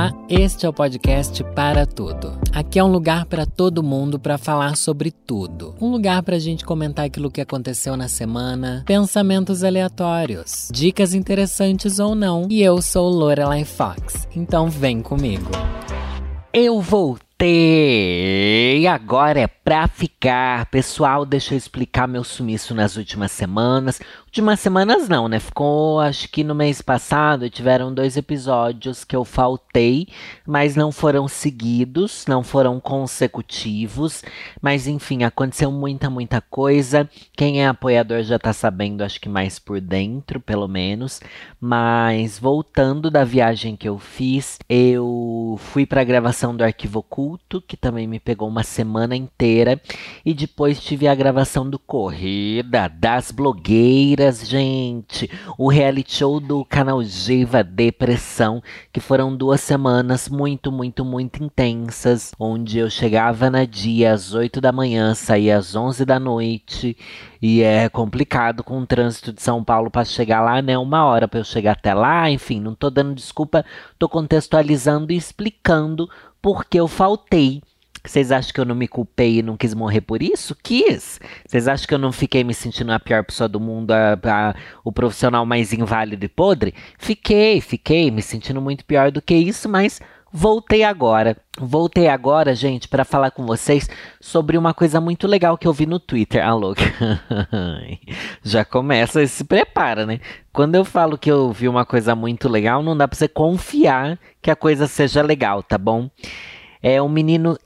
Olá, este é o podcast Para Tudo. Aqui é um lugar para todo mundo para falar sobre tudo. Um lugar para a gente comentar aquilo que aconteceu na semana, pensamentos aleatórios, dicas interessantes ou não. E eu sou Lorelai Fox, então vem comigo. Eu voltei! Agora é pra ficar. Pessoal, deixa eu explicar meu sumiço nas últimas semanas. Últimas semanas não, né? Ficou, acho que no mês passado, tiveram 2 episódios que eu faltei, mas não foram seguidos, não foram consecutivos. Mas enfim, aconteceu muita coisa. Quem é apoiador já tá sabendo, acho que mais por dentro, pelo menos. Mas voltando da viagem que eu fiz, eu fui pra gravação do Arquivo Oculto, que também me pegou uma semana inteira. E depois tive a gravação do Corrida das Blogueiras, gente. O reality show do canal Giva Depressão, que foram 2 semanas muito intensas, onde eu chegava na dia às 8 da manhã, saía às 11 da noite. E é complicado com o trânsito de São Paulo para chegar lá, né? 1 hora para eu chegar até lá. Enfim, não tô dando desculpa, tô contextualizando e explicando porque eu faltei. Vocês acham que eu não me culpei e não quis morrer por isso? Quis! Vocês acham que eu não fiquei me sentindo a pior pessoa do mundo, o profissional mais inválido e podre? Fiquei me sentindo muito pior do que isso, mas voltei agora. Voltei agora, gente, para falar com vocês sobre uma coisa muito legal que eu vi no Twitter. Alô, já começa, se prepara, né? Quando eu falo que eu vi uma coisa muito legal, não dá pra você confiar que a coisa seja legal, tá bom? É um menino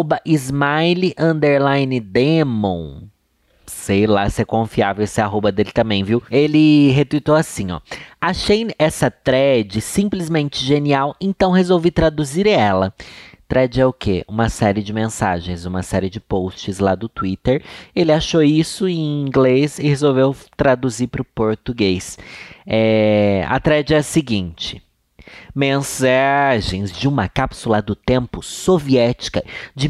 @smile_demon. Sei lá se é confiável esse arroba dele também, viu? Ele retweetou assim, ó. Achei essa thread simplesmente genial, então resolvi traduzir ela. Thread é o quê? Uma série de mensagens, uma série de posts lá do Twitter. Ele achou isso em inglês e resolveu traduzir para o português. A thread é a seguinte. Mensagens de uma cápsula do tempo soviética de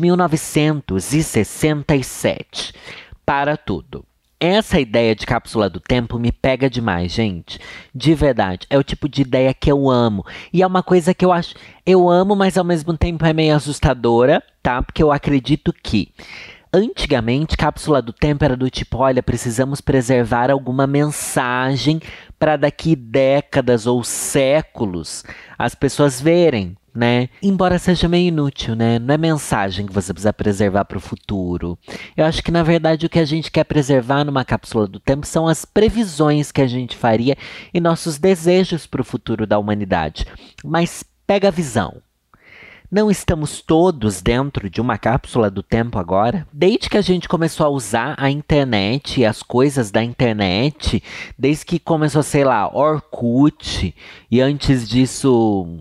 1967. Para tudo. Essa ideia de cápsula do tempo me pega demais, gente. De verdade. É o tipo de ideia que eu amo. E é uma coisa que eu amo, mas ao mesmo tempo é meio assustadora, tá? Porque eu acredito que antigamente, cápsula do tempo era do tipo, olha, precisamos preservar alguma mensagem para daqui décadas ou séculos as pessoas verem, né? Embora seja meio inútil, né? Não é mensagem que você precisa preservar para o futuro. Eu acho que, na verdade, o que a gente quer preservar numa cápsula do tempo são as previsões que a gente faria e nossos desejos para o futuro da humanidade. Mas pega a visão. Não estamos todos dentro de uma cápsula do tempo agora? Desde que a gente começou a usar a internet e as coisas da internet, desde que começou, sei lá, Orkut, e antes disso,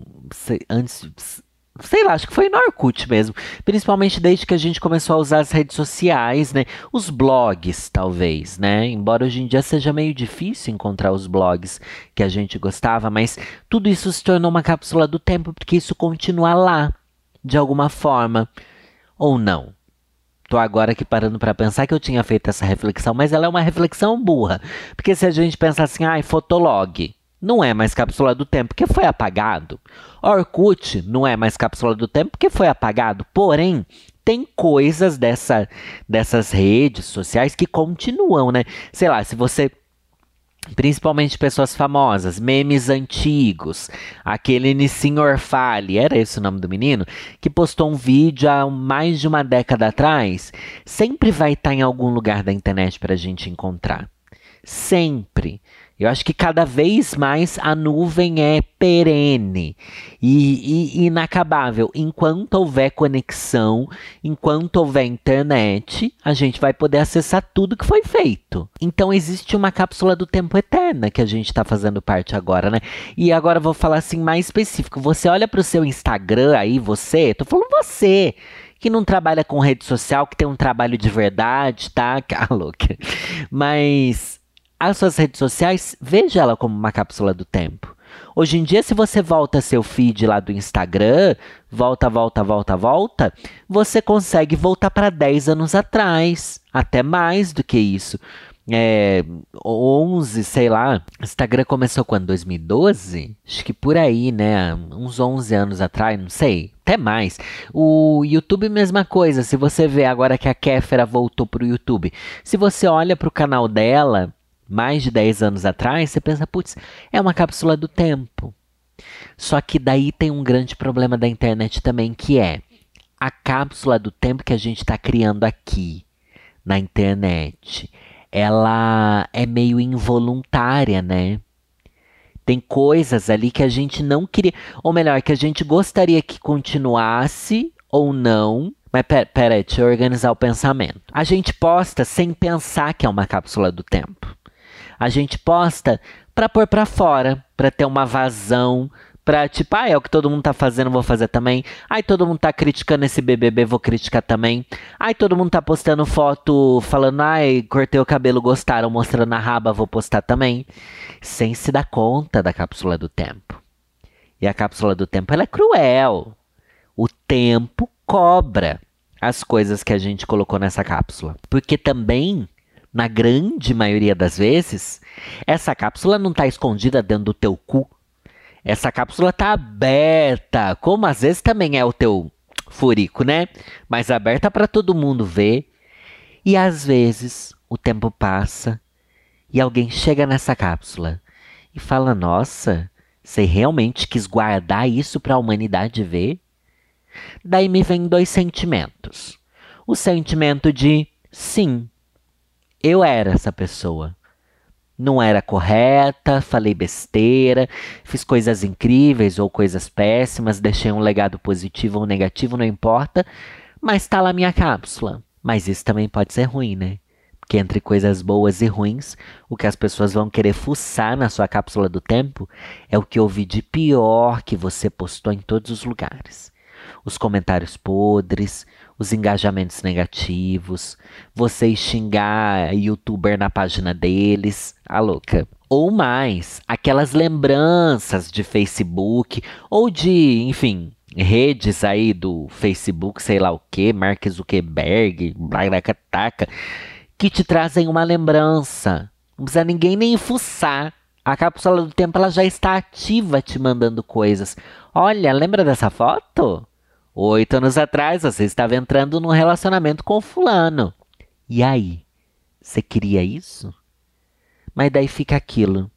sei lá, acho que foi no Orkut mesmo. Principalmente desde que a gente começou a usar as redes sociais, né? Os blogs, talvez, né? Embora hoje em dia seja meio difícil encontrar os blogs que a gente gostava, mas tudo isso se tornou uma cápsula do tempo, porque isso continua lá, de alguma forma. Ou não. Tô agora aqui parando para pensar que eu tinha feito essa reflexão, mas ela é uma reflexão burra. Porque se a gente pensar assim, Fotolog não é mais cápsula do tempo, porque foi apagado. Orkut não é mais cápsula do tempo, porque foi apagado. Porém, tem coisas dessas redes sociais que continuam, né? Sei lá, se você... Principalmente pessoas famosas, memes antigos. Aquele Nissim Orfali, era esse o nome do menino? Que postou um vídeo há mais de uma década atrás. Sempre vai estar em algum lugar da internet para a gente encontrar. Sempre. Eu acho que cada vez mais a nuvem é perene e inacabável. Enquanto houver conexão, enquanto houver internet, a gente vai poder acessar tudo que foi feito. Então existe uma cápsula do tempo eterna que a gente está fazendo parte agora, né? E agora eu vou falar assim mais específico. Você olha para o seu Instagram aí, tô falando você, que não trabalha com rede social, que tem um trabalho de verdade, tá? Louca. Mas... as suas redes sociais, veja ela como uma cápsula do tempo. Hoje em dia, se você volta seu feed lá do Instagram, volta, você consegue voltar para 10 anos atrás, até mais do que isso. 11, sei lá. Instagram começou quando? 2012? Acho que por aí, né? Uns 11 anos atrás, não sei. Até mais. O YouTube, mesma coisa. Se você vê agora que a Kéfera voltou pro YouTube, se você olha pro canal dela, mais de 10 anos atrás, você pensa, putz, é uma cápsula do tempo. Só que daí tem um grande problema da internet também, que é a cápsula do tempo que a gente está criando aqui na internet. Ela é meio involuntária, né? Tem coisas ali que a gente não queria, ou melhor, que a gente gostaria que continuasse ou não. Mas pera aí, deixa eu organizar o pensamento. A gente posta sem pensar que é uma cápsula do tempo. A gente posta pra pôr pra fora, pra ter uma vazão, pra tipo, é o que todo mundo tá fazendo, vou fazer também. Ai, todo mundo tá criticando esse BBB, vou criticar também. Ai, todo mundo tá postando foto falando, ai, cortei o cabelo, gostaram, mostrando a raba, vou postar também. Sem se dar conta da cápsula do tempo. E a cápsula do tempo, ela é cruel. O tempo cobra as coisas que a gente colocou nessa cápsula. Porque também, na grande maioria das vezes, essa cápsula não está escondida dentro do teu cu. Essa cápsula está aberta, como às vezes também é o teu furico, né? Mas aberta para todo mundo ver. E às vezes o tempo passa e alguém chega nessa cápsula e fala: Nossa, você realmente quis guardar isso para a humanidade ver? Daí me vem dois sentimentos. O sentimento de sim, eu era essa pessoa. Não era correta, falei besteira, fiz coisas incríveis ou coisas péssimas, deixei um legado positivo ou negativo, não importa, mas tá lá minha cápsula. Mas isso também pode ser ruim, né? Porque entre coisas boas e ruins, o que as pessoas vão querer fuçar na sua cápsula do tempo é o que eu vi de pior que você postou em todos os lugares. Os comentários podres, os engajamentos negativos, você xingar youtuber na página deles, a louca. Ou mais, aquelas lembranças de Facebook ou de, enfim, redes aí do Facebook, sei lá o que, Mark Zuckerberg, blacataca, que te trazem uma lembrança. Não precisa ninguém nem fuçar. A cápsula do tempo ela já está ativa te mandando coisas. Olha, lembra dessa foto? 8 anos atrás você estava entrando num relacionamento com fulano. E aí? Você queria isso? Mas daí fica aquilo.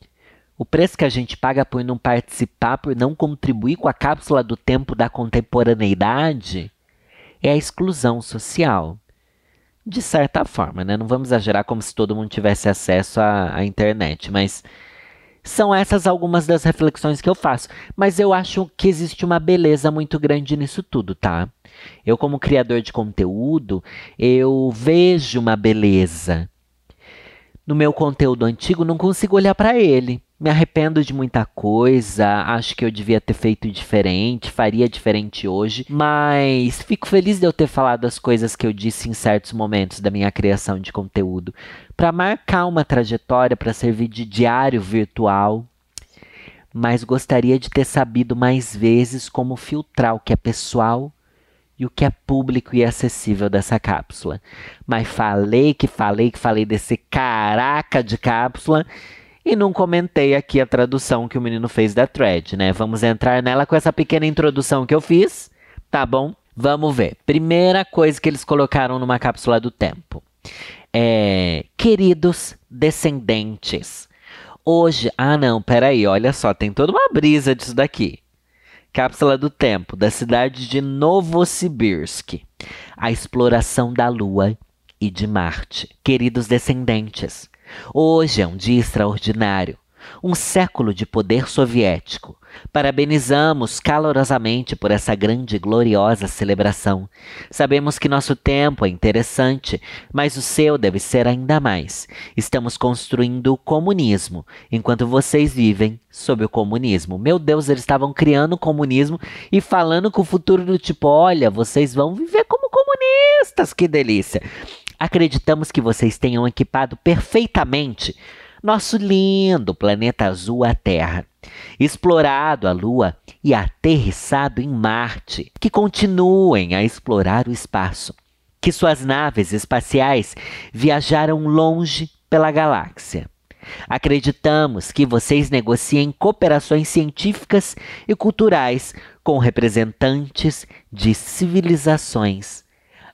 O preço que a gente paga por não participar, por não contribuir com a cápsula do tempo da contemporaneidade, é a exclusão social. De certa forma, né? Não vamos exagerar como se todo mundo tivesse acesso à internet, mas são essas algumas das reflexões que eu faço. Mas eu acho que existe uma beleza muito grande nisso tudo, tá? Eu, como criador de conteúdo, eu vejo uma beleza. No meu conteúdo antigo, não consigo olhar para ele. Me arrependo de muita coisa, acho que eu devia ter feito diferente, faria diferente hoje, mas fico feliz de eu ter falado as coisas que eu disse em certos momentos da minha criação de conteúdo, para marcar uma trajetória, para servir de diário virtual, mas gostaria de ter sabido mais vezes como filtrar o que é pessoal e o que é público e acessível dessa cápsula. Mas falei desse caraca de cápsula e não comentei aqui a tradução que o menino fez da thread, né? Vamos entrar nela com essa pequena introdução que eu fiz, tá bom? Vamos ver. Primeira coisa que eles colocaram numa cápsula do tempo. Queridos descendentes. Hoje... Ah, não, peraí, olha só, tem toda uma brisa disso daqui. Cápsula do tempo, da cidade de Novosibirsk. A exploração da Lua e de Marte. Queridos descendentes, hoje é um dia extraordinário, um século de poder soviético. Parabenizamos calorosamente por essa grande e gloriosa celebração. Sabemos que nosso tempo é interessante, mas o seu deve ser ainda mais. Estamos construindo o comunismo, enquanto vocês vivem sob o comunismo. Meu Deus, eles estavam criando o comunismo e falando com o futuro do tipo, olha, vocês vão viver como comunistas, que delícia. Acreditamos que vocês tenham equipado perfeitamente nosso lindo planeta azul, a Terra, explorado a Lua e aterrissado em Marte, que continuem a explorar o espaço, que suas naves espaciais viajaram longe pela galáxia. Acreditamos que vocês negociem cooperações científicas e culturais com representantes de civilizações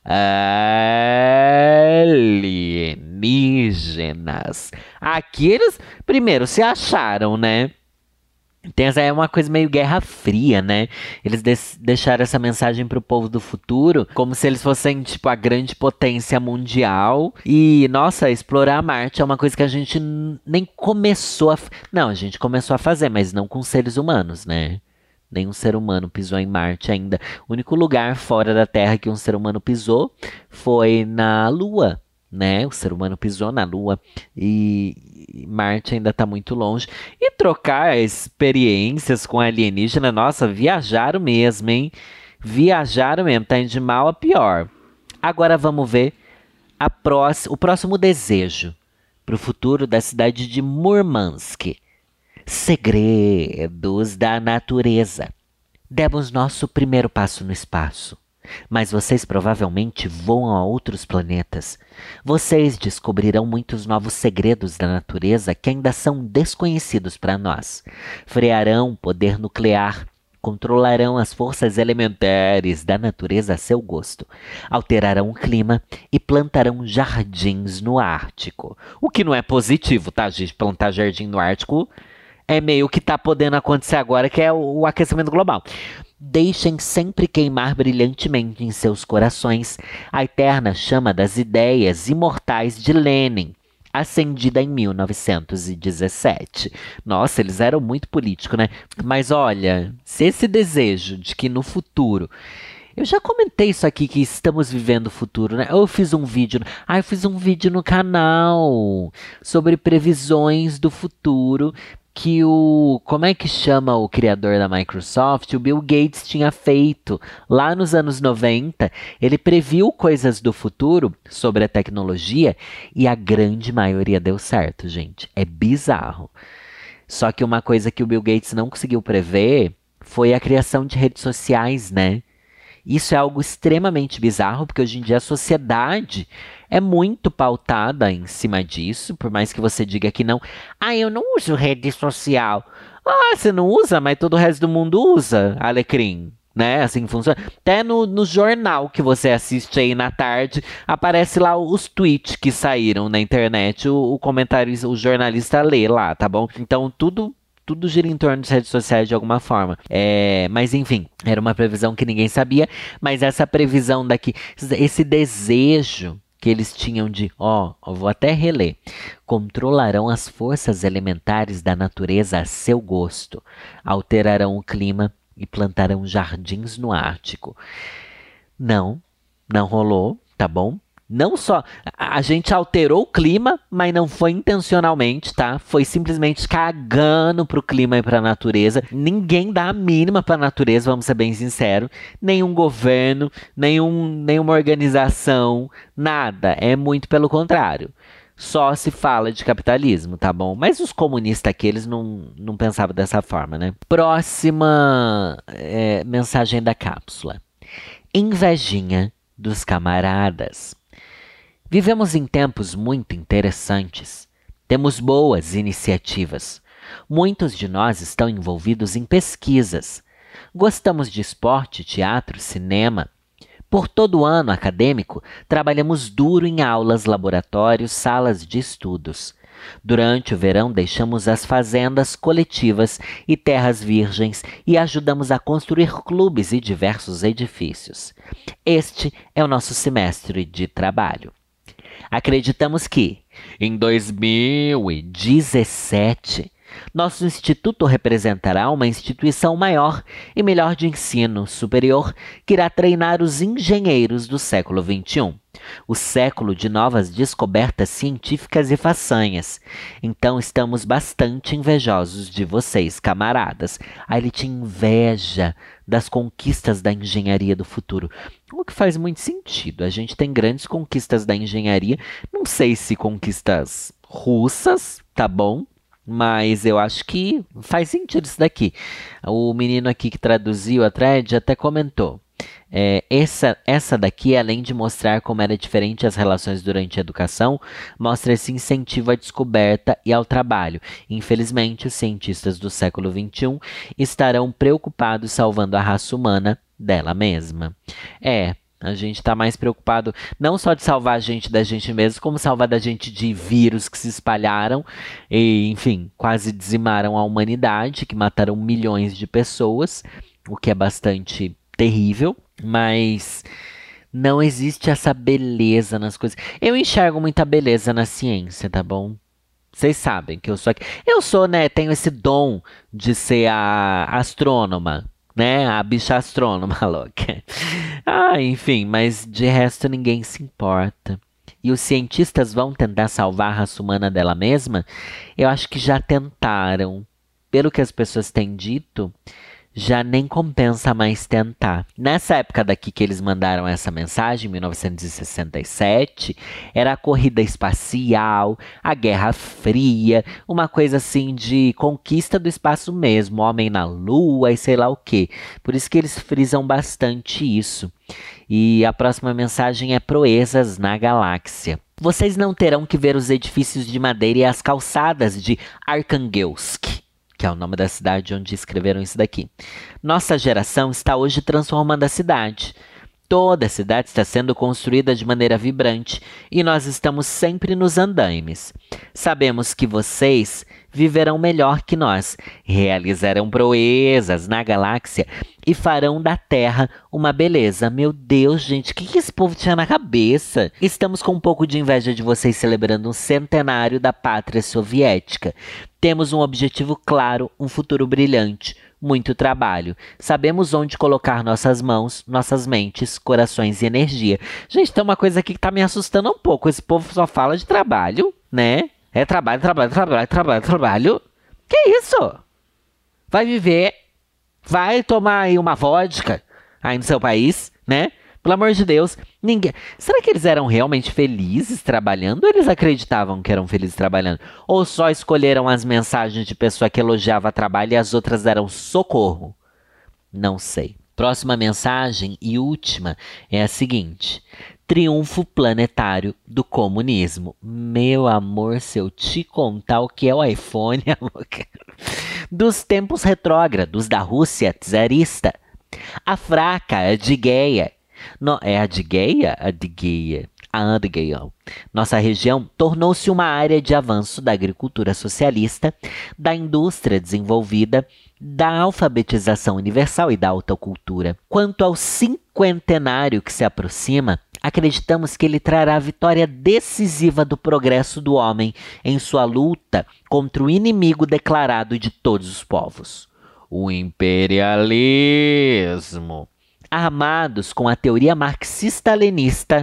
alienígenas. Aqui eles, primeiro, se acharam, né? Tem essa é uma coisa meio Guerra Fria, né? Eles deixaram essa mensagem pro povo do futuro como se eles fossem, tipo, a grande potência mundial. E, nossa, explorar Marte é uma coisa que a gente nem começou a... Não, a gente começou a fazer, mas não com seres humanos, né? Nenhum ser humano pisou em Marte ainda. O único lugar fora da Terra que um ser humano pisou foi na Lua, né? O ser humano pisou na Lua e Marte ainda está muito longe. E trocar experiências com alienígena, nossa, viajaram mesmo, hein? Viajaram mesmo, tá indo de mal a pior. Agora vamos ver o próximo desejo para o futuro da cidade de Murmansk. Segredos da natureza. Demos nosso primeiro passo no espaço. Mas vocês provavelmente voam a outros planetas. Vocês descobrirão muitos novos segredos da natureza que ainda são desconhecidos para nós. Frearão o poder nuclear. Controlarão as forças elementares da natureza a seu gosto. Alterarão o clima e plantarão jardins no Ártico. O que não é positivo, tá, gente? Plantar jardim no Ártico é meio que tá podendo acontecer agora, que é o aquecimento global. Deixem sempre queimar brilhantemente em seus corações a eterna chama das ideias imortais de Lenin, acendida em 1917. Nossa, eles eram muito políticos, né? Mas olha, se esse desejo de que no futuro... Eu já comentei isso aqui, que estamos vivendo o futuro, né? Eu fiz um vídeo no canal sobre previsões do futuro que como é que chama o criador da Microsoft? O Bill Gates tinha feito lá nos anos 90. Ele previu coisas do futuro sobre a tecnologia e a grande maioria deu certo, gente. É bizarro. Só que uma coisa que o Bill Gates não conseguiu prever foi a criação de redes sociais, né? Isso é algo extremamente bizarro, porque hoje em dia a sociedade é muito pautada em cima disso, por mais que você diga que não. Ah, eu não uso rede social. Ah, você não usa, mas todo o resto do mundo usa, Alecrim. Né? Assim funciona. Até no jornal que você assiste aí na tarde, aparece lá os tweets que saíram na internet, o comentário, o jornalista lê lá, tá bom? Então tudo gira em torno das redes sociais de alguma forma. Mas enfim, era uma previsão que ninguém sabia, mas essa previsão daqui, esse desejo que eles tinham de, eu vou até reler, controlarão as forças elementares da natureza a seu gosto, alterarão o clima e plantarão jardins no Ártico. Não rolou, tá bom? Não só a gente alterou o clima, mas não foi intencionalmente, tá? Foi simplesmente cagando pro clima e pra natureza. Ninguém dá a mínima pra natureza, vamos ser bem sinceros. Nenhum governo, nenhuma organização, nada. É muito pelo contrário. Só se fala de capitalismo, tá bom? Mas os comunistas aqui, eles não pensavam dessa forma, né? Próxima mensagem da cápsula. Invejinha dos camaradas. Vivemos em tempos muito interessantes. Temos boas iniciativas. Muitos de nós estão envolvidos em pesquisas. Gostamos de esporte, teatro, cinema. Por todo o ano acadêmico, trabalhamos duro em aulas, laboratórios, salas de estudos. Durante o verão, deixamos as fazendas coletivas e terras virgens e ajudamos a construir clubes e diversos edifícios. Este é o nosso semestre de trabalho. Acreditamos que, em 2017, nosso instituto representará uma instituição maior e melhor de ensino superior que irá treinar os engenheiros do século XXI, o século de novas descobertas científicas e façanhas. Então estamos bastante invejosos de vocês, camaradas. Aí ele tinha inveja das conquistas da engenharia do futuro. O que faz muito sentido. A gente tem grandes conquistas da engenharia. Não sei se conquistas russas, tá bom? Mas eu acho que faz sentido isso daqui. O menino aqui que traduziu a thread até comentou. Essa daqui, além de mostrar como era diferente as relações durante a educação, mostra esse incentivo à descoberta e ao trabalho. Infelizmente, os cientistas do século XXI estarão preocupados salvando a raça humana dela mesma. A gente está mais preocupado não só de salvar a gente da gente mesmo, como salvar da gente de vírus que se espalharam e, enfim, quase dizimaram a humanidade, que mataram milhões de pessoas, o que é bastante terrível, mas não existe essa beleza nas coisas. Eu enxergo muita beleza na ciência, tá bom? Vocês sabem que eu sou aqui. Eu sou, né? Tenho esse dom de ser a astrônoma, né? A bicha astrônoma louca. Enfim, mas de resto ninguém se importa. E os cientistas vão tentar salvar a raça humana dela mesma? Eu acho que já tentaram. Pelo que as pessoas têm dito, já nem compensa mais tentar. Nessa época daqui que eles mandaram essa mensagem, em 1967, era a corrida espacial, a Guerra Fria, uma coisa assim de conquista do espaço mesmo, homem na lua e sei lá o quê. Por isso que eles frisam bastante isso. E a próxima mensagem é proezas na galáxia. Vocês não terão que ver os edifícios de madeira e as calçadas de Arkhangelsk, que é o nome da cidade onde escreveram isso daqui. Nossa geração está hoje transformando a cidade. Toda a cidade está sendo construída de maneira vibrante e nós estamos sempre nos andaimes. Sabemos que vocês viverão melhor que nós, realizarão proezas na galáxia e farão da Terra uma beleza. Meu Deus, gente, o que esse povo tinha na cabeça? Estamos com um pouco de inveja de vocês celebrando um centenário da pátria soviética. Temos um objetivo claro, um futuro brilhante, muito trabalho. Sabemos onde colocar nossas mãos, nossas mentes, corações e energia. Gente, tem uma coisa aqui que tá me assustando um pouco. Esse povo só fala de trabalho, né? É trabalho, trabalho, trabalho, trabalho, trabalho. Que isso? Vai viver, vai tomar aí uma vodka aí no seu país, né? Pelo amor de Deus, ninguém. Será que eles eram realmente felizes trabalhando? Ou eles acreditavam que eram felizes trabalhando? Ou só escolheram as mensagens de pessoa que elogiava trabalho e as outras deram socorro? Não sei. Próxima mensagem e última é a seguinte: triunfo planetário do comunismo. Meu amor, se eu te contar o que é o iPhone, dos tempos retrógrados da Rússia czarista, a fraca Adigueia. É Adigueia? Adigueia. A Adigueia. Nossa região tornou-se uma área de avanço da agricultura socialista, da indústria desenvolvida, da alfabetização universal e da alta cultura. Quanto ao cinquentenário que se aproxima, acreditamos que ele trará a vitória decisiva do progresso do homem em sua luta contra o inimigo declarado de todos os povos, o imperialismo. Armados com a teoria marxista-leninista,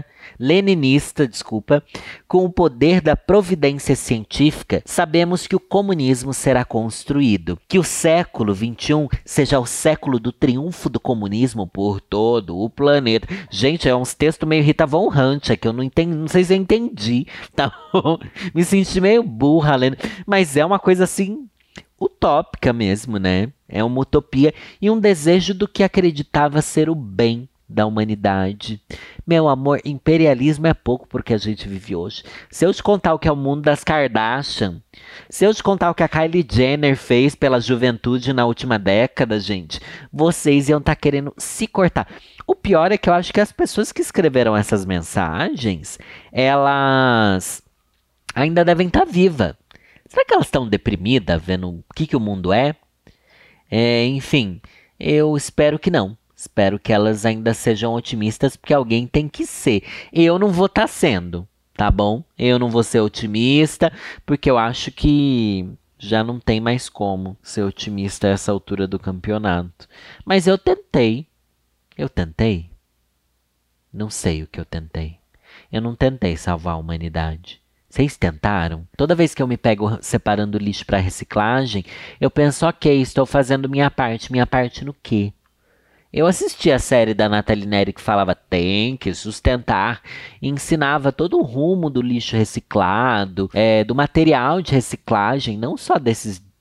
com o poder da providência científica, sabemos que o comunismo será construído, que o século XXI seja o século do triunfo do comunismo por todo o planeta. Gente, é uns textos meio Rita Von Hunt, que eu não entendi, não sei se eu entendi, tá bom? Me senti meio burra lendo, mas é uma coisa assim utópica mesmo, né? É uma utopia e um desejo do que acreditava ser o bem da humanidade. Meu amor, imperialismo é pouco porque a gente vive hoje. Se eu te contar o que é o mundo das Kardashian, se eu te contar o que a Kylie Jenner fez pela juventude na última década, gente, vocês iam estar querendo se cortar. O pior é que eu acho que as pessoas que escreveram essas mensagens, elas ainda devem estar vivas. Será que elas estão deprimidas vendo o que o mundo é? Enfim, eu espero que não. Espero que elas ainda sejam otimistas, porque alguém tem que ser. Eu não vou estar sendo, tá bom? Eu não vou ser otimista, porque eu acho que já não tem mais como ser otimista a essa altura do campeonato. Mas eu tentei. Eu tentei? Não sei o que eu tentei. Eu não tentei salvar a humanidade. Vocês tentaram? Toda vez que eu me pego separando lixo para reciclagem, eu penso, ok, estou fazendo minha parte. Minha parte no quê? Eu assisti a série da Nathalie Neri que falava tem que sustentar e ensinava todo o rumo do lixo reciclado, do material de reciclagem, não só desses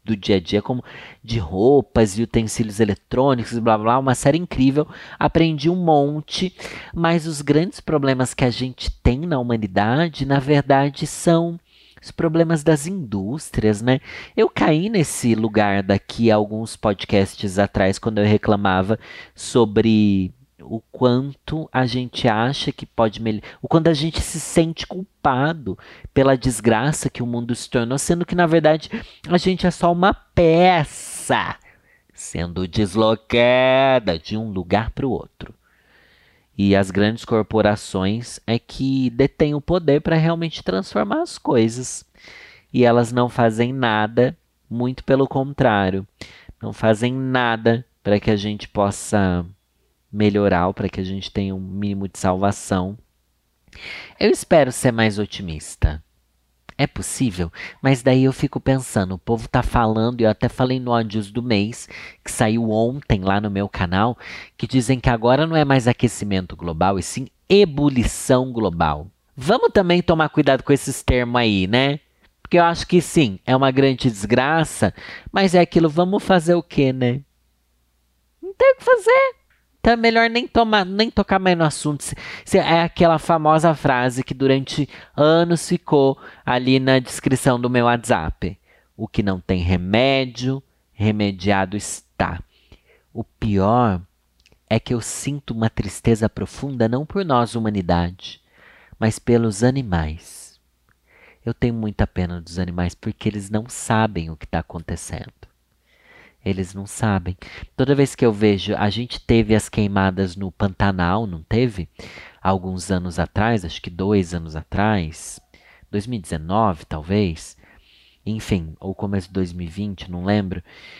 do dia a dia, como de roupas e utensílios eletrônicos, blá blá, uma série incrível. Aprendi um monte, mas os grandes problemas que a gente tem na humanidade, na verdade, são os problemas das indústrias, né? Eu caí nesse lugar daqui alguns podcasts atrás, quando eu reclamava sobre o quanto a gente acha que pode melhorar, o quanto a gente se sente culpado pela desgraça que o mundo se tornou, sendo que, na verdade, a gente é só uma peça sendo deslocada de um lugar para o outro. E as grandes corporações é que detêm o poder para realmente transformar as coisas. E elas não fazem nada, muito pelo contrário. Não fazem nada para que a gente possa melhorar, para que a gente tenha um mínimo de salvação. Eu espero ser mais otimista. É possível, mas daí eu fico pensando, o povo tá falando, e eu até falei no Ódios do Mês, que saiu ontem lá no meu canal, que dizem que agora não é mais aquecimento global, e sim ebulição global. Vamos também tomar cuidado com esses termos aí, né? Porque eu acho que sim, é uma grande desgraça, mas é aquilo, vamos fazer o quê, né? Não tem o que fazer. Então é melhor nem tocar mais no assunto. É aquela famosa frase que durante anos ficou ali na descrição do meu WhatsApp. O que não tem remédio, remediado está. O pior é que eu sinto uma tristeza profunda não por nós, humanidade, mas pelos animais. Eu tenho muita pena dos animais porque eles não sabem o que está acontecendo. Eles não sabem. Toda vez que eu vejo, a gente teve as queimadas no Pantanal, não teve? Alguns anos atrás, acho que 2 anos atrás, 2019 talvez, enfim, ou começo de 2020, não lembro.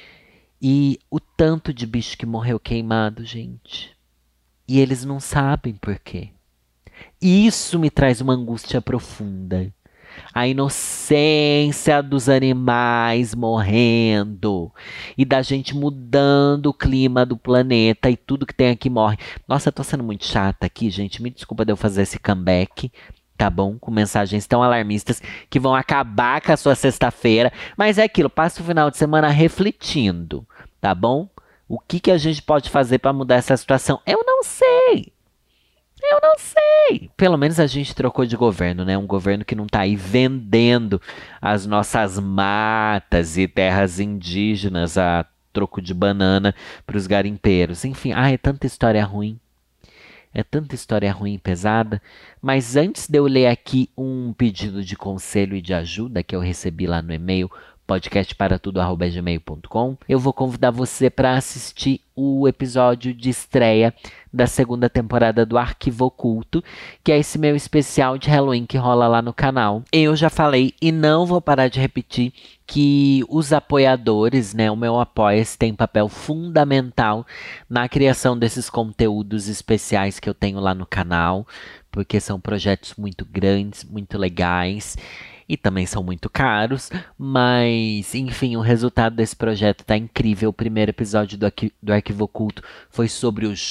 E o tanto de bicho que morreu queimado, gente. E eles não sabem por quê. E isso me traz uma angústia profunda. A inocência dos animais morrendo e da gente mudando o clima do planeta e tudo que tem aqui morre. Nossa, eu tô sendo muito chata aqui, gente. Me desculpa de eu fazer esse comeback, tá bom? Com mensagens tão alarmistas que vão acabar com a sua sexta-feira. Mas é aquilo, passa o final de semana refletindo, tá bom? O que a gente pode fazer para mudar essa situação? Eu não sei. Eu não sei. Pelo menos a gente trocou de governo, né? Um governo que não tá aí vendendo as nossas matas e terras indígenas a troco de banana para os garimpeiros. Enfim, é tanta história ruim. É tanta história ruim e pesada. Mas antes de eu ler aqui um pedido de conselho e de ajuda que eu recebi lá no e-mail podcastparatudo@gmail.com, eu vou convidar você para assistir o episódio de estreia da segunda temporada do Arquivo Oculto, que é esse meu especial de Halloween que rola lá no canal. Eu já falei e não vou parar de repetir que os apoiadores, né, o meu Apoia-se tem papel fundamental na criação desses conteúdos especiais que eu tenho lá no canal, porque são projetos muito grandes, muito legais. E também são muito caros, mas enfim, o resultado desse projeto tá incrível. O primeiro episódio do Arquivo Oculto foi sobre o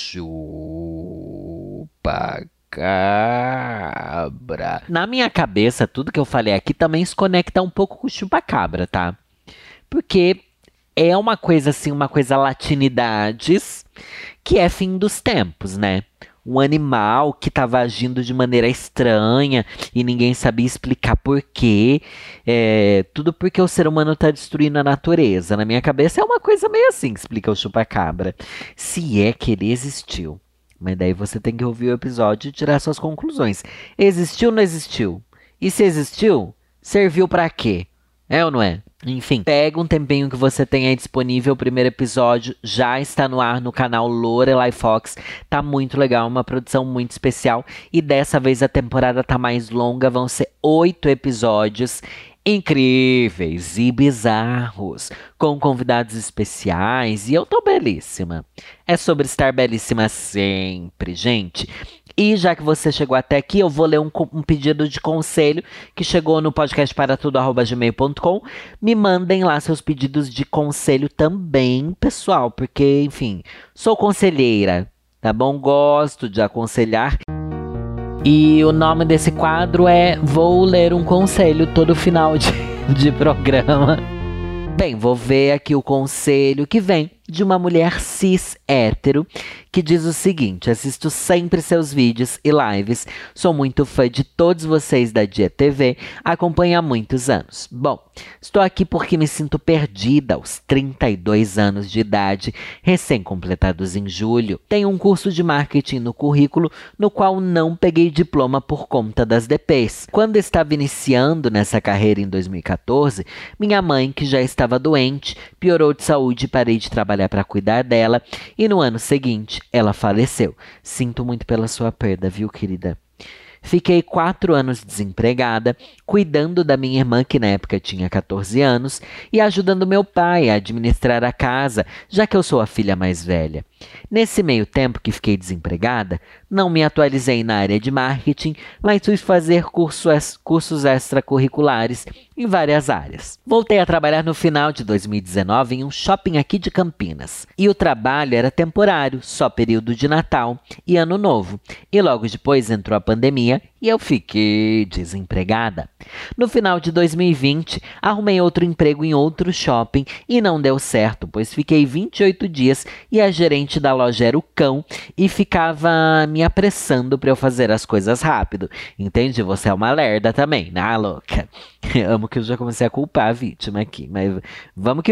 Chupacabra. Na minha cabeça, tudo que eu falei aqui também se conecta um pouco com o Chupacabra, tá? Porque é uma coisa assim, uma coisa latinidades, que é fim dos tempos, né? Um animal que estava agindo de maneira estranha e ninguém sabia explicar por quê. Tudo porque o ser humano está destruindo a natureza. Na minha cabeça é uma coisa meio assim que explica o chupacabra. Se é que ele existiu. Mas daí você tem que ouvir o episódio e tirar suas conclusões. Existiu ou não existiu? E se existiu, serviu para quê? É ou não é? Enfim, pega um tempinho que você tem aí disponível. O primeiro episódio já está no ar no canal Lorelai Fox. Tá muito legal, uma produção muito especial. E dessa vez a temporada tá mais longa. Vão ser 8 episódios incríveis e bizarros, com convidados especiais. E eu tô belíssima. É sobre estar belíssima sempre, gente. E já que você chegou até aqui, eu vou ler um pedido de conselho que chegou no podcastparatudo@gmail.com. Me mandem lá seus pedidos de conselho também, pessoal, porque, enfim, sou conselheira, tá bom? Gosto de aconselhar. E o nome desse quadro é Vou Ler um Conselho todo final de programa. Bem, vou ver aqui o conselho que vem de uma mulher cis hétero que diz o seguinte: assisto sempre seus vídeos e lives, sou muito fã de todos vocês da Dia TV, acompanho há muitos anos. Bom, estou aqui porque me sinto perdida aos 32 anos de idade, recém-completados em julho. Tenho um curso de marketing no currículo, no qual não peguei diploma por conta das DPs. Quando estava iniciando nessa carreira em 2014, minha mãe, que já estava doente, piorou de saúde e parei de trabalhar para cuidar dela, e no ano seguinte ela faleceu. Sinto muito pela sua perda, viu, querida? Fiquei 4 anos desempregada, cuidando da minha irmã, que na época tinha 14 anos, e ajudando meu pai a administrar a casa, já que eu sou a filha mais velha. Nesse meio tempo que fiquei desempregada, não me atualizei na área de marketing, mas fui fazer cursos extracurriculares em várias áreas. Voltei a trabalhar no final de 2019 em um shopping aqui de Campinas. E o trabalho era temporário, só período de Natal e Ano Novo. E logo depois entrou a pandemia e eu fiquei desempregada. No final de 2020, arrumei outro emprego em outro shopping e não deu certo, pois fiquei 28 dias e a gerente da loja era o cão e ficava me apressando para eu fazer as coisas rápido. Entende? Você é uma lerda também, né, louca? Amo que eu já comecei a culpar a vítima aqui, mas vamos,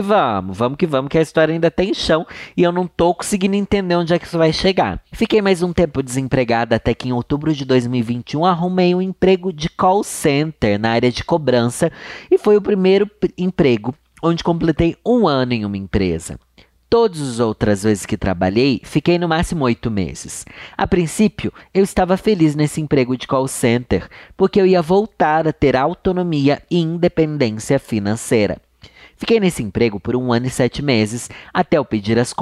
que a história ainda tem chão e eu não tô conseguindo entender onde é que isso vai chegar. Fiquei mais um tempo desempregada até que em outubro de 2021 arrumei um emprego de call center na área de cobrança e foi o primeiro emprego onde completei 1 ano em uma empresa. Todas as outras vezes que trabalhei, fiquei no máximo 8 meses. A princípio, eu estava feliz nesse emprego de call center, porque eu ia voltar a ter autonomia e independência financeira. Fiquei nesse emprego por 1 ano e 7 meses, até eu pedir as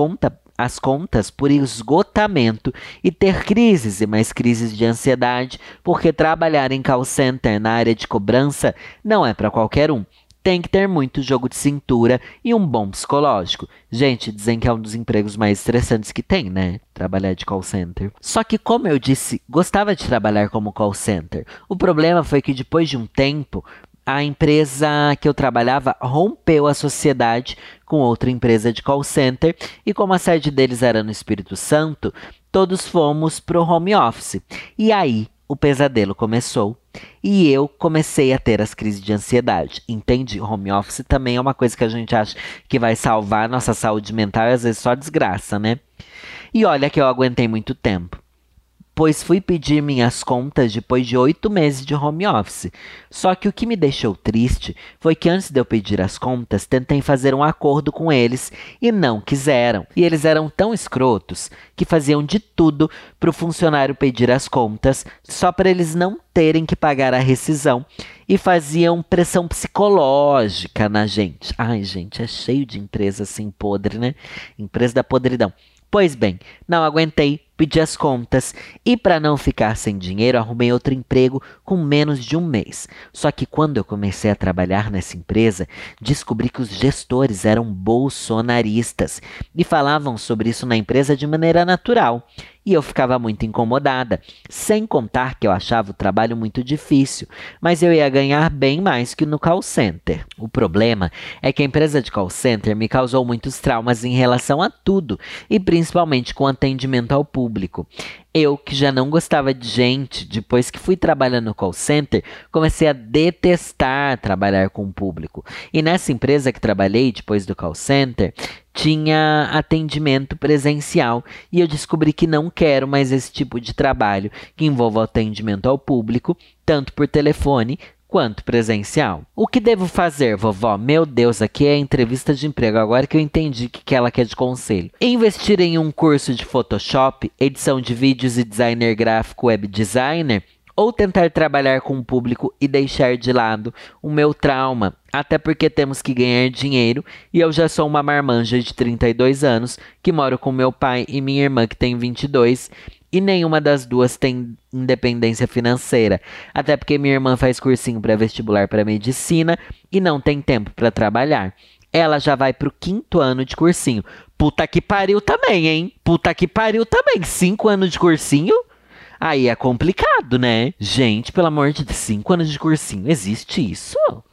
contas por esgotamento e ter crises e mais crises de ansiedade, porque trabalhar em call center na área de cobrança não é para qualquer um. Tem que ter muito jogo de cintura e um bom psicológico. Gente, dizem que é um dos empregos mais estressantes que tem, né? Trabalhar de call center. Só que, como eu disse, gostava de trabalhar como call center. O problema foi que depois de um tempo, a empresa que eu trabalhava rompeu a sociedade com outra empresa de call center e como a sede deles era no Espírito Santo, todos fomos pro home office. E aí, o pesadelo começou e eu comecei a ter as crises de ansiedade. Entende? Home office também é uma coisa que a gente acha que vai salvar nossa saúde mental e às vezes só desgraça, né? E olha que eu aguentei muito tempo, pois fui pedir minhas contas depois de 8 meses de home office. Só que o que me deixou triste foi que antes de eu pedir as contas, tentei fazer um acordo com eles e não quiseram. E eles eram tão escrotos que faziam de tudo para o funcionário pedir as contas, só para eles não terem que pagar a rescisão. E faziam pressão psicológica na gente. Ai, gente, é cheio de empresa assim podre, né? Empresa da podridão. Pois bem, não aguentei, pedi as contas e, para não ficar sem dinheiro, arrumei outro emprego com menos de 1 mês. Só que quando eu comecei a trabalhar nessa empresa, descobri que os gestores eram bolsonaristas e falavam sobre isso na empresa de maneira natural. E eu ficava muito incomodada, sem contar que eu achava o trabalho muito difícil, mas eu ia ganhar bem mais que no call center. O problema é que a empresa de call center me causou muitos traumas em relação a tudo, e principalmente com atendimento ao público. Eu, que já não gostava de gente, depois que fui trabalhar no call center, comecei a detestar trabalhar com o público. E nessa empresa que trabalhei depois do call center, tinha atendimento presencial e eu descobri que não quero mais esse tipo de trabalho que envolva atendimento ao público, tanto por telefone quanto presencial. O que devo fazer, vovó? Meu Deus, aqui é a entrevista de emprego, agora que eu entendi o que ela quer de conselho. Investir em um curso de Photoshop, edição de vídeos e designer gráfico web designer? Ou tentar trabalhar com o público e deixar de lado o meu trauma? Até porque temos que ganhar dinheiro e eu já sou uma marmanja de 32 anos que moro com meu pai e minha irmã que tem 22 e nenhuma das duas tem independência financeira. Até porque minha irmã faz cursinho para vestibular para medicina e não tem tempo para trabalhar. Ela já vai pro 5º ano de cursinho. Puta que pariu também, hein? Puta que pariu também. 5 anos de cursinho? Aí é complicado, né? Gente, pelo amor de Deus, 5 anos de cursinho, existe isso?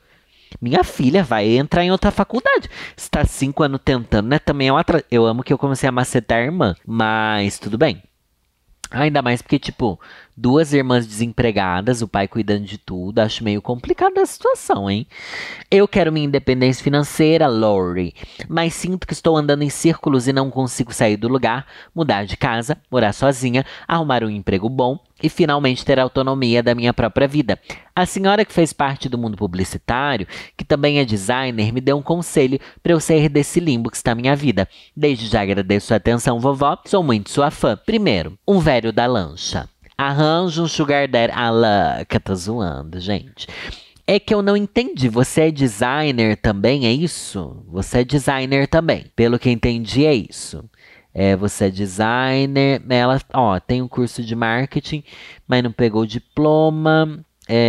Minha filha vai entrar em outra faculdade. Você tá 5 anos tentando, né? Também é uma Eu amo que eu comecei a macetar a irmã, mas tudo bem. Ainda mais porque, tipo, duas irmãs desempregadas, o pai cuidando de tudo, acho meio complicada a situação, hein? Eu quero minha independência financeira, Lori, mas sinto que estou andando em círculos e não consigo sair do lugar, mudar de casa, morar sozinha, arrumar um emprego bom e finalmente ter autonomia da minha própria vida. A senhora que fez parte do mundo publicitário, que também é designer, me deu um conselho para eu sair desse limbo que está minha vida. Desde já agradeço a atenção, vovó, sou muito sua fã. Primeiro, um velho da lancha. Arranja um sugar daddy. A louca, tá zoando, gente. É que eu não entendi. Você é designer também, é isso? Você é designer também. Pelo que entendi, é isso. Você é designer. Ela, ó, tem um curso de marketing, mas não pegou o diploma.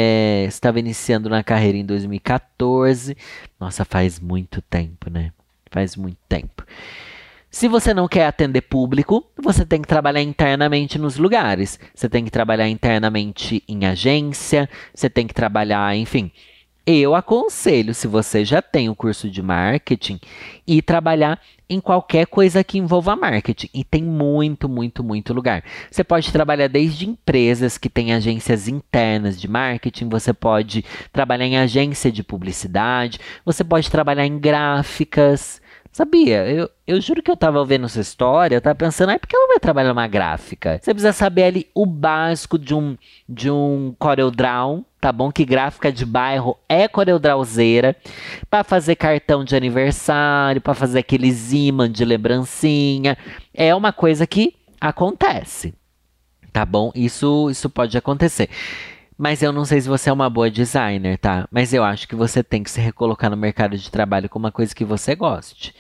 Estava iniciando na carreira em 2014. Nossa, faz muito tempo, né? Faz muito tempo. Se você não quer atender público, você tem que trabalhar internamente nos lugares. Você tem que trabalhar internamente em agência, você tem que trabalhar, enfim. Eu aconselho, se você já tem o curso de marketing, ir trabalhar em qualquer coisa que envolva marketing. E tem muito, muito, muito lugar. Você pode trabalhar desde empresas que têm agências internas de marketing, você pode trabalhar em agência de publicidade, você pode trabalhar em gráficas. Sabia? Eu juro que eu tava vendo essa história, eu tava pensando, por que ela vai trabalhar numa gráfica? Você precisa saber ali o básico de um CorelDRAW, tá bom? Que gráfica de bairro é CorelDRAWzeira, pra fazer cartão de aniversário, pra fazer aqueles imã de lembrancinha. É uma coisa que acontece, tá bom? Isso pode acontecer. Mas eu não sei se você é uma boa designer, tá? Mas eu acho que você tem que se recolocar no mercado de trabalho com uma coisa que você goste.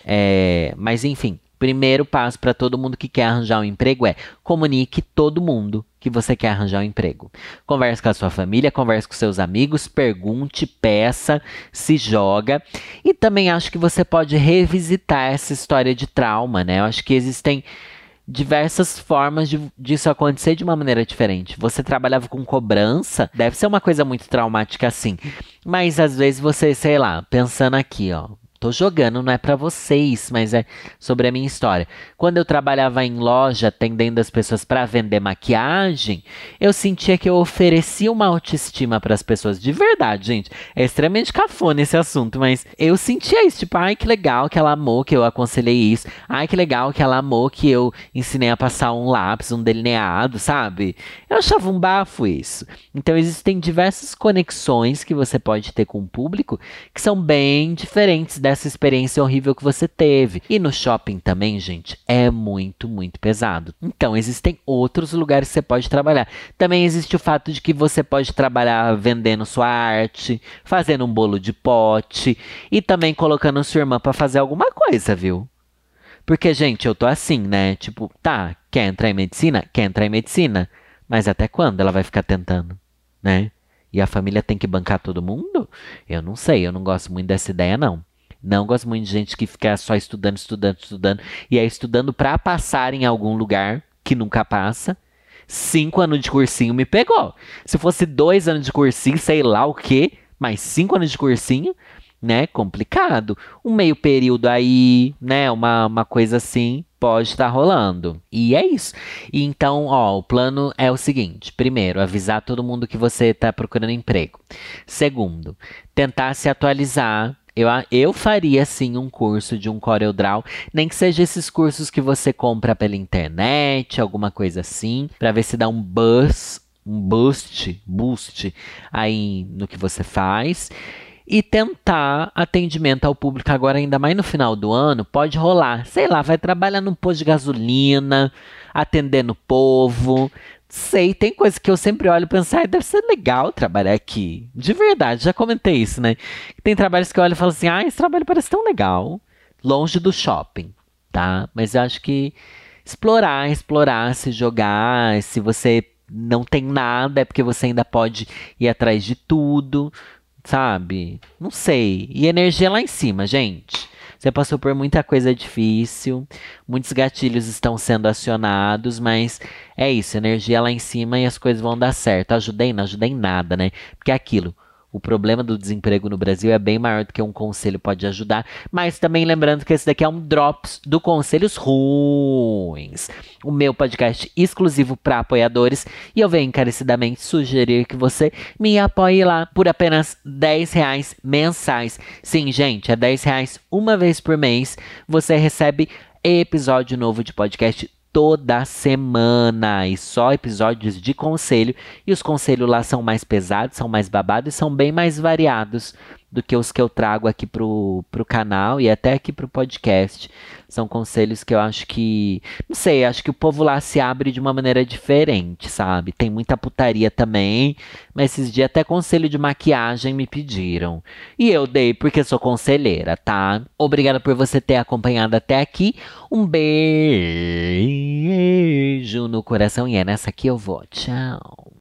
Mas enfim, primeiro passo para todo mundo que quer arranjar um emprego é comunique todo mundo que você quer arranjar um emprego. Converse com a sua família, converse com seus amigos, pergunte, peça, se joga. E também acho que você pode revisitar essa história de trauma, né? Eu acho que existem diversas formas disso acontecer de uma maneira diferente. Você trabalhava com cobrança, deve ser uma coisa muito traumática assim. Mas às vezes você, sei lá, pensando aqui, ó. Tô jogando, não é pra vocês, mas é sobre a minha história. Quando eu trabalhava em loja atendendo as pessoas pra vender maquiagem, eu sentia que eu oferecia uma autoestima pras pessoas. De verdade, gente. É extremamente cafona esse assunto, mas eu sentia isso. Tipo, ai, que legal que ela amou que eu aconselhei isso. Ai, que legal que ela amou que eu ensinei a passar um lápis, um delineado, sabe? Eu achava um bafo isso. Então, existem diversas conexões que você pode ter com o público que são bem diferentes dessa experiência horrível que você teve. E no shopping também, gente, é muito, muito pesado. Então, existem outros lugares que você pode trabalhar. Também existe o fato de que você pode trabalhar vendendo sua arte, fazendo um bolo de pote e também colocando sua irmã pra fazer alguma coisa, viu? Porque, gente, eu tô assim, né? Tipo, tá, quer entrar em medicina? Quer entrar em medicina. Mas até quando ela vai ficar tentando, né? E a família tem que bancar todo mundo? Eu não sei, eu não gosto muito dessa ideia, não. Não gosto muito de gente que fica só estudando, estudando, estudando. E é estudando pra passar em algum lugar que nunca passa. 5 anos de cursinho me pegou. Se fosse 2 anos de cursinho, sei lá o quê. Mas 5 anos de cursinho, né? Complicado. Um meio período aí, né? Uma coisa assim. Pode estar rolando. E é isso. E então, ó, o plano é o seguinte. Primeiro, avisar todo mundo que você está procurando emprego. Segundo, tentar se atualizar. Eu faria, sim, um curso de um CorelDRAW, nem que seja esses cursos que você compra pela internet, alguma coisa assim, para ver se dá um boost aí no que você faz. E tentar atendimento ao público agora, ainda mais no final do ano, pode rolar. Sei lá, vai trabalhar num posto de gasolina, atendendo o povo. Sei, tem coisa que eu sempre olho e penso, deve ser legal trabalhar aqui. De verdade, já comentei isso, né? Tem trabalhos que eu olho e falo assim, esse trabalho parece tão legal. Longe do shopping, tá? Mas eu acho que explorar, se jogar. Se você não tem nada, é porque você ainda pode ir atrás de tudo, sabe? Não sei. E energia lá em cima, gente. Você passou por muita coisa difícil, muitos gatilhos estão sendo acionados, mas é isso, energia lá em cima e as coisas vão dar certo. Ajudei? Não ajudei em nada, né? Porque é aquilo. O problema do desemprego no Brasil é bem maior do que um conselho pode ajudar, mas também lembrando que esse daqui é um drops do Conselhos Ruins, o meu podcast exclusivo para apoiadores, e eu venho encarecidamente sugerir que você me apoie lá por apenas R$ 10 mensais. Sim, gente, é R$ 10 uma vez por mês. Você recebe episódio novo de podcast toda semana e só episódios de conselho. E os conselhos lá são mais pesados, são mais babados e são bem mais variados do que os que eu trago aqui pro canal e até aqui pro podcast. São conselhos que eu acho que, não sei, acho que o povo lá se abre de uma maneira diferente, sabe? Tem muita putaria também, mas esses dias até conselho de maquiagem me pediram. E eu dei porque sou conselheira, tá? Obrigada por você ter acompanhado até aqui. Um beijo no coração e é nessa que eu vou. Tchau.